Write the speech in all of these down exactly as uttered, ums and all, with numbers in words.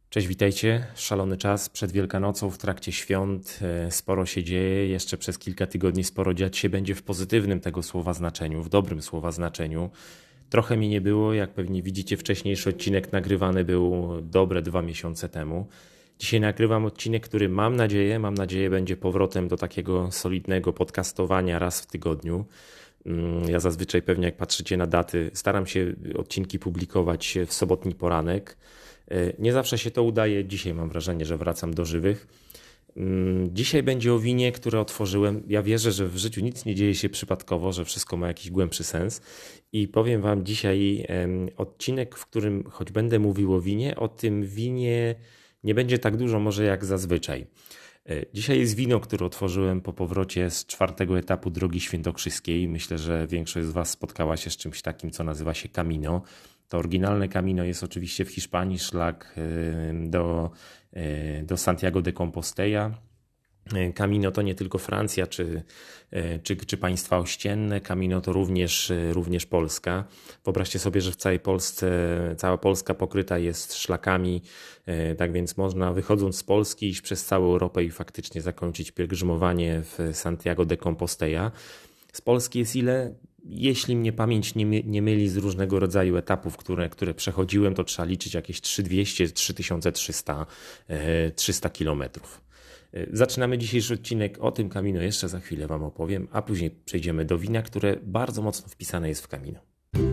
Cześć, witajcie. Szalony czas przed Wielkanocą, w trakcie świąt. e, Sporo się dzieje, jeszcze przez kilka tygodni sporo dziać się będzie w pozytywnym tego słowa znaczeniu, w dobrym słowa znaczeniu. Trochę mi nie było, jak pewnie widzicie, wcześniejszy odcinek nagrywany był dobre dwa miesiące temu. Dzisiaj nagrywam odcinek, który mam nadzieję, mam nadzieję będzie powrotem do takiego solidnego podcastowania raz w tygodniu. Mm, Ja zazwyczaj pewnie jak patrzycie na daty, staram się odcinki publikować w sobotni poranek. E, Nie zawsze się to udaje. Dzisiaj mam wrażenie, że wracam do żywych. Mm, Dzisiaj będzie o winie, które otworzyłem. Ja wierzę, że w życiu nic nie dzieje się przypadkowo, że wszystko ma jakiś głębszy sens. I powiem Wam dzisiaj em, odcinek, w którym choć będę mówił o winie, o tym winie nie będzie tak dużo może jak zazwyczaj. E, Dzisiaj jest wino, które otworzyłem po powrocie z czwartego etapu Drogi Świętokrzyskiej. Myślę, że większość z Was spotkała się z czymś takim, co nazywa się Camino. To oryginalne Camino jest oczywiście w Hiszpanii, szlak e, do, e, do Santiago de Compostela. E, Camino to nie tylko Francja czy, e, czy, czy państwa ościenne, Camino to również, e, również Polska. Wyobraźcie sobie, że w całej Polsce, cała Polska pokryta jest szlakami, e, tak więc można wychodząc z Polski iść przez całą Europę i faktycznie zakończyć pielgrzymowanie w Santiago de Compostela. Z Polski jest ile? Jeśli mnie pamięć nie, my, nie myli z różnego rodzaju etapów, które, które przechodziłem, to trzeba liczyć jakieś trzy tysiące dwieście do trzy tysiące trzysta, e, trzysta kilometrów. E, Zaczynamy dzisiejszy odcinek o tym Camino, jeszcze za chwilę Wam opowiem, a później przejdziemy do wina, które bardzo mocno wpisane jest w Camino.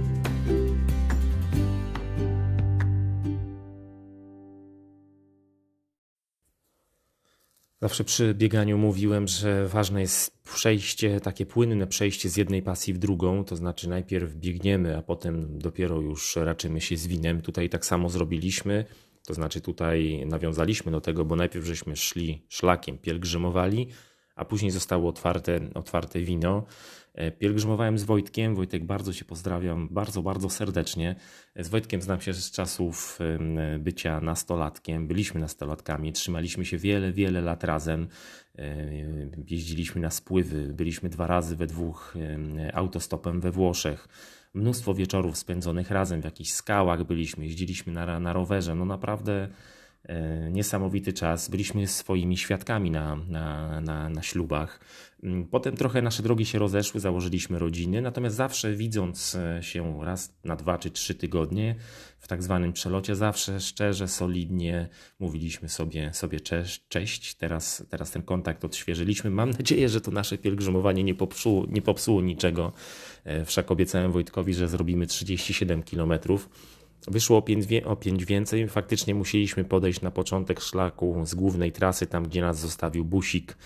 Zawsze przy bieganiu mówiłem, że ważne jest przejście, takie płynne przejście z jednej pasji w drugą, to znaczy najpierw biegniemy, a potem dopiero już raczymy się z winem. Tutaj tak samo zrobiliśmy, to znaczy tutaj nawiązaliśmy do tego, bo najpierw żeśmy szli szlakiem, pielgrzymowali, a później zostało otwarte, otwarte wino. E, Pielgrzymowałem z Wojtkiem. Wojtek, bardzo Cię pozdrawiam, bardzo, bardzo serdecznie. E, Z Wojtkiem znam się z czasów em, bycia nastolatkiem. Byliśmy nastolatkami, trzymaliśmy się wiele, wiele lat razem. E, Jeździliśmy na spływy, byliśmy dwa razy we dwóch em, autostopem we Włoszech. Mnóstwo wieczorów spędzonych razem, w jakichś skałach byliśmy, jeździliśmy na, na rowerze. No naprawdę e, niesamowity czas. Byliśmy swoimi świadkami na, na, na, na ślubach. Mm, Potem trochę nasze drogi się rozeszły, założyliśmy rodziny, natomiast zawsze widząc e, się raz na dwa czy trzy tygodnie w tak zwanym przelocie, zawsze szczerze, solidnie mówiliśmy sobie, sobie cześć, cześć. Teraz, teraz ten kontakt odświeżyliśmy. Mam nadzieję, że to nasze pielgrzymowanie nie popsuło, nie popsuło niczego. E, Wszak obiecałem Wojtkowi, że zrobimy trzydzieści siedem kilometrów. Wyszło o pięć, wie- o pięć więcej. Faktycznie musieliśmy podejść na początek szlaku z głównej trasy, tam gdzie nas zostawił busik.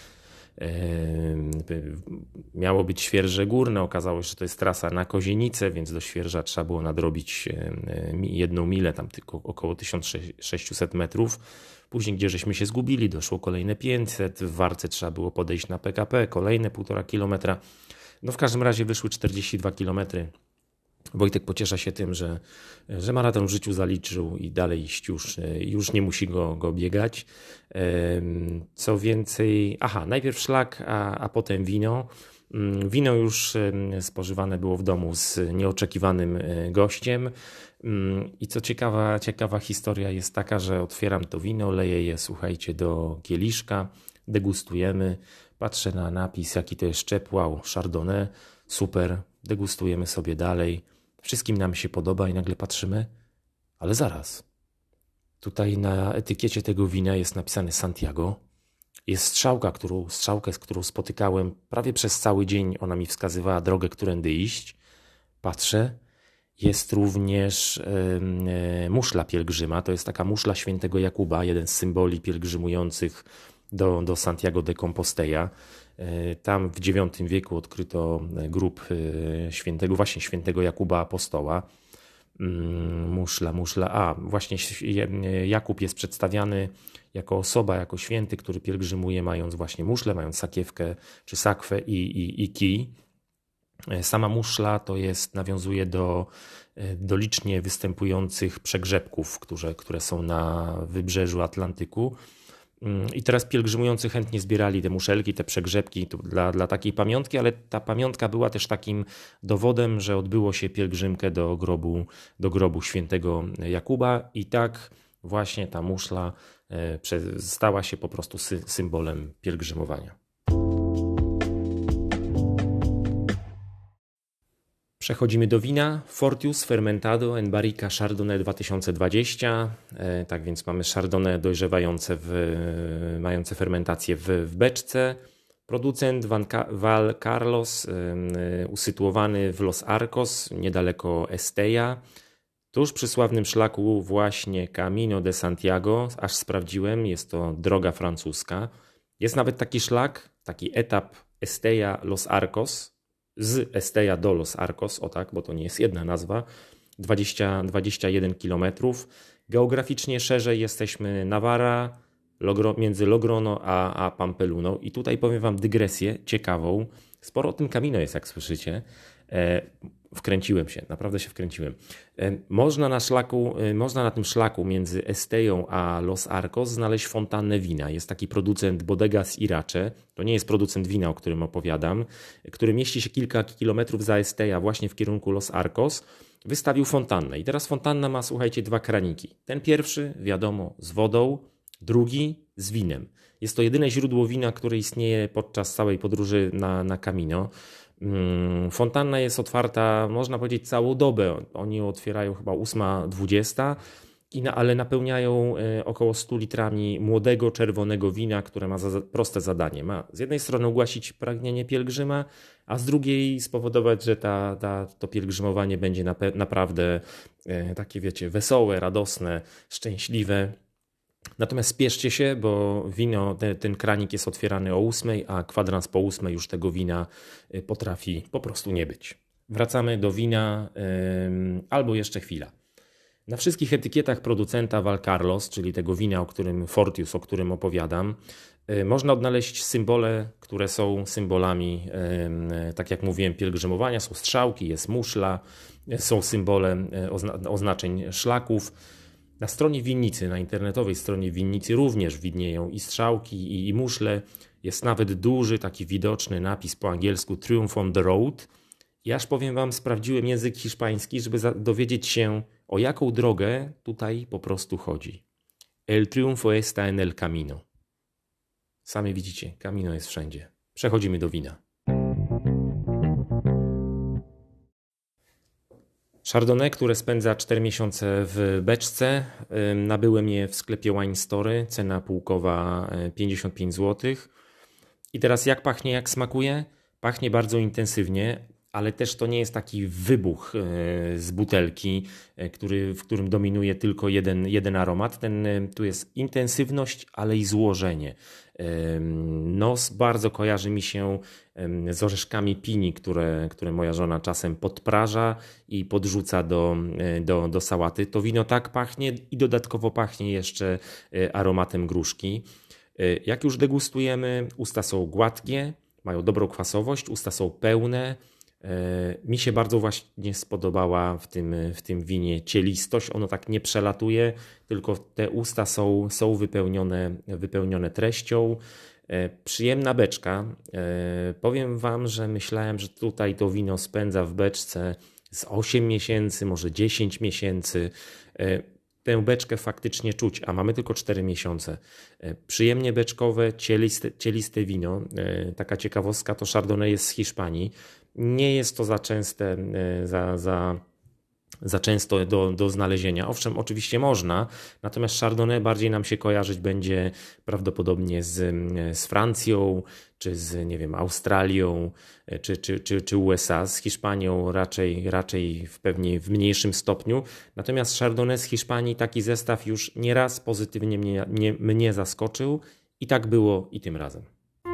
Em, Miało być Świerże Górne, okazało się, że to jest trasa na Kozienicę, więc do Świerża trzeba było nadrobić em, mi- jedną milę, tam tylko około tysiąc sześćset metrów. Później, gdzie żeśmy się zgubili, doszło kolejne pięćset, w Warce trzeba było podejść na P K P, kolejne półtora kilometra. No w każdym razie wyszły czterdzieści dwa kilometry. Wojtek pociesza się tym, że, że maraton w życiu zaliczył i dalej iść już, już nie musi go, go biegać. Em, Co więcej, aha, najpierw szlak, a, a potem wino. Mm, Wino już em, spożywane było w domu z nieoczekiwanym e, gościem. Mm, I co ciekawa, ciekawa historia jest taka, że otwieram to wino, leję je, słuchajcie, do kieliszka, degustujemy, patrzę na napis, jaki to jest szczep, wow, Chardonnay, super, degustujemy sobie dalej. Wszystkim nam się podoba i nagle patrzymy, ale zaraz. Tutaj na etykiecie tego wina jest napisane Santiago. Jest strzałka, którą, strzałkę, z którą spotykałem prawie przez cały dzień. Ona mi wskazywała drogę, którędy iść. Patrzę. Jest również em, e, muszla pielgrzyma. To jest taka muszla świętego Jakuba, jeden z symboli pielgrzymujących do, do Santiago de Compostela. E, Tam w dziewiątym wieku odkryto grób e, świętego, właśnie świętego Jakuba Apostoła. Mm, Muszla, muszla. A, właśnie Jakub jest przedstawiany jako osoba, jako święty, który pielgrzymuje, mając właśnie muszlę, mając sakiewkę czy sakwę i, i, i kij. Sama muszla to jest, nawiązuje do, do licznie występujących przegrzebków, które, które są na wybrzeżu Atlantyku. I teraz pielgrzymujący chętnie zbierali te muszelki, te przegrzebki dla, dla takiej pamiątki, ale ta pamiątka była też takim dowodem, że odbyło się pielgrzymkę do grobu, do grobu świętego Jakuba i tak właśnie ta muszla stała się po prostu symbolem pielgrzymowania. Przechodzimy do wina. Fortius Fermentado en Barrica Chardonnay dwa tysiące dwadzieścia. Tak więc mamy Chardonnay dojrzewające, w, mające fermentację w, w beczce. Producent Val Carlos, usytuowany w Los Arcos, niedaleko Estella. Tuż przy sławnym szlaku właśnie Camino de Santiago, aż sprawdziłem, jest to droga francuska. Jest nawet taki szlak, taki etap Estella-Los Arcos, z Estella do Los Arcos, o tak, bo to nie jest jedna nazwa, dwadzieścia, dwadzieścia jeden kilometrów. Geograficznie szerzej jesteśmy Navarra, Logro, między Logrono a, a Pampeluną. I tutaj powiem wam dygresję ciekawą. Sporo o tym Camino jest, jak słyszycie. E, wkręciłem się, naprawdę się wkręciłem. E, można, na szlaku, e, można na tym szlaku między Estellą a Los Arcos znaleźć fontannę wina. Jest taki producent Bodegas Irache. To nie jest producent wina, o którym opowiadam, który mieści się kilka kilometrów za Estella, właśnie w kierunku Los Arcos. Wystawił fontannę. I teraz fontanna ma, słuchajcie, dwa kraniki. Ten pierwszy, wiadomo, z wodą, drugi z winem. Jest to jedyne źródło wina, które istnieje podczas całej podróży na, na Camino. Fontanna jest otwarta, można powiedzieć, całą dobę. Oni otwierają chyba ósma dwudziesta, ale napełniają około stu litrami młodego, czerwonego wina, które ma za, proste zadanie. Ma z jednej strony ugłosić pragnienie pielgrzyma, a z drugiej spowodować, że ta, ta, to pielgrzymowanie będzie nape- naprawdę takie, wiecie, wesołe, radosne, szczęśliwe. Natomiast spieszcie się, bo wino, te, ten kranik jest otwierany o ósmej, a kwadrans po ósmej już tego wina potrafi po prostu nie być. Wracamy do wina yy, albo jeszcze chwila. Na wszystkich etykietach producenta Val Carlos, czyli tego wina, o którym Fortius, o którym opowiadam, yy, można odnaleźć symbole, które są symbolami, yy, tak jak mówiłem, pielgrzymowania. Są strzałki, jest muszla, yy, są symbole yy, ozna- oznaczeń szlaków. Na stronie winnicy, na internetowej stronie winnicy również widnieją i strzałki, i, i muszle. Jest nawet duży, taki widoczny napis po angielsku Triumph on the Road. I aż powiem wam, sprawdziłem język hiszpański, żeby za- dowiedzieć się, o jaką drogę tutaj po prostu chodzi. El triunfo está en el camino. Sami widzicie, Camino jest wszędzie. Przechodzimy do wina. Chardonnay, które spędza cztery miesiące w beczce. Nabyłem je w sklepie Wine Story, cena półkowa pięćdziesiąt pięć złotych. I teraz jak pachnie, jak smakuje? Pachnie bardzo intensywnie, ale też to nie jest taki wybuch z butelki, który, w którym dominuje tylko jeden, jeden aromat. Ten, tu jest intensywność, ale i złożenie. Nos bardzo kojarzy mi się z orzeszkami pini, które, które moja żona czasem podpraża i podrzuca do, do, do sałaty. To wino tak pachnie i dodatkowo pachnie jeszcze aromatem gruszki. Jak już degustujemy, usta są gładkie, mają dobrą kwasowość, usta są pełne. Mi się bardzo właśnie spodobała w tym, w tym winie cielistość. Ono tak nie przelatuje, tylko te usta są, są wypełnione, wypełnione treścią. Przyjemna beczka. Powiem wam, że myślałem, że tutaj to wino spędza w beczce z osiem miesięcy, może dziesięć miesięcy. Tę beczkę faktycznie czuć, a mamy tylko cztery miesiące. Przyjemnie beczkowe, cieliste, cieliste wino. Taka ciekawostka, to Chardonnay jest z Hiszpanii. Nie jest to za częste, za, za, za często do, do znalezienia. Owszem, oczywiście można, natomiast Chardonnay bardziej nam się kojarzyć będzie prawdopodobnie z, z Francją, czy z, nie wiem, Australią, czy, czy, czy, czy U S A. Z Hiszpanią raczej, raczej w pewnie w mniejszym stopniu. Natomiast Chardonnay z Hiszpanii, taki zestaw już nieraz pozytywnie mnie, mnie, mnie zaskoczył i tak było i tym razem.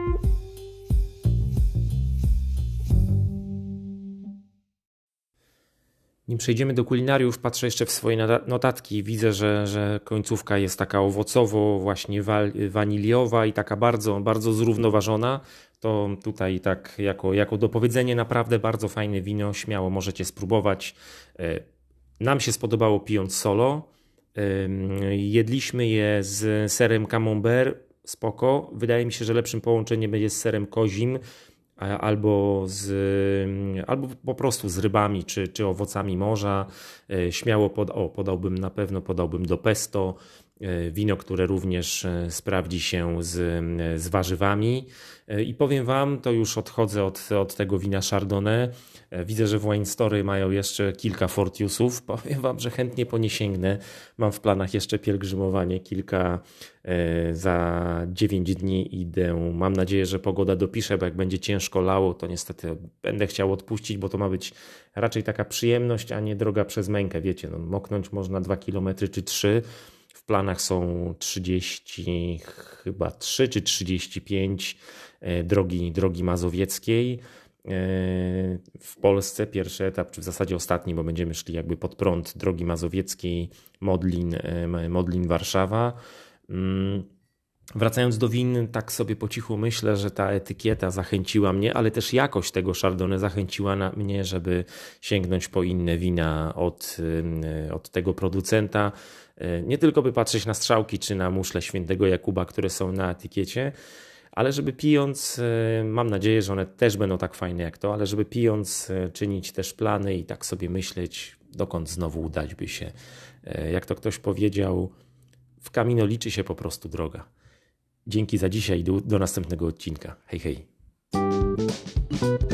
Nim przejdziemy do kulinariów, patrzę jeszcze w swoje notatki i widzę, że, że końcówka jest taka owocowo, właśnie waniliowa i taka bardzo, bardzo zrównoważona. To tutaj tak jako, jako dopowiedzenie naprawdę bardzo fajne wino, śmiało możecie spróbować. Nam się spodobało pijąc solo. Jedliśmy je z serem camembert, spoko. Wydaje mi się, że lepszym połączeniem będzie z serem kozim. albo, z, albo po prostu z rybami czy, czy owocami morza. Śmiało pod, o, podałbym na pewno podałbym do pesto. Wino, które również sprawdzi się z, z warzywami. I powiem Wam, to już odchodzę od, od tego wina Chardonnay. Widzę, że w Wine Story mają jeszcze kilka Fortiusów. Powiem Wam, że chętnie po nie sięgnę. Mam w planach jeszcze pielgrzymowanie kilka za dziewięć dni idę. Mam nadzieję, że pogoda dopisze, bo jak będzie ciężko lało, to niestety będę chciał odpuścić, bo to ma być raczej taka przyjemność, a nie droga przez mękę. Wiecie, no, moknąć można dwa kilometry czy trzy. W planach są trzydzieści, chyba trzy czy trzydzieści pięć drogi, drogi mazowieckiej w Polsce. Pierwszy etap, czy w zasadzie ostatni, bo będziemy szli jakby pod prąd drogi mazowieckiej Modlin, Modlin Warszawa. Wracając do win, tak sobie po cichu myślę, że ta etykieta zachęciła mnie, ale też jakość tego Chardonnay zachęciła na mnie, żeby sięgnąć po inne wina od, od tego producenta. Nie tylko by patrzeć na strzałki czy na muszle świętego Jakuba, które są na etykiecie, ale żeby pijąc, mam nadzieję, że one też będą tak fajne jak to, ale żeby pijąc czynić też plany i tak sobie myśleć, dokąd znowu udać by się. Jak to ktoś powiedział, w Camino liczy się po prostu droga. Dzięki za dzisiaj, do, do następnego odcinka. Hej, hej.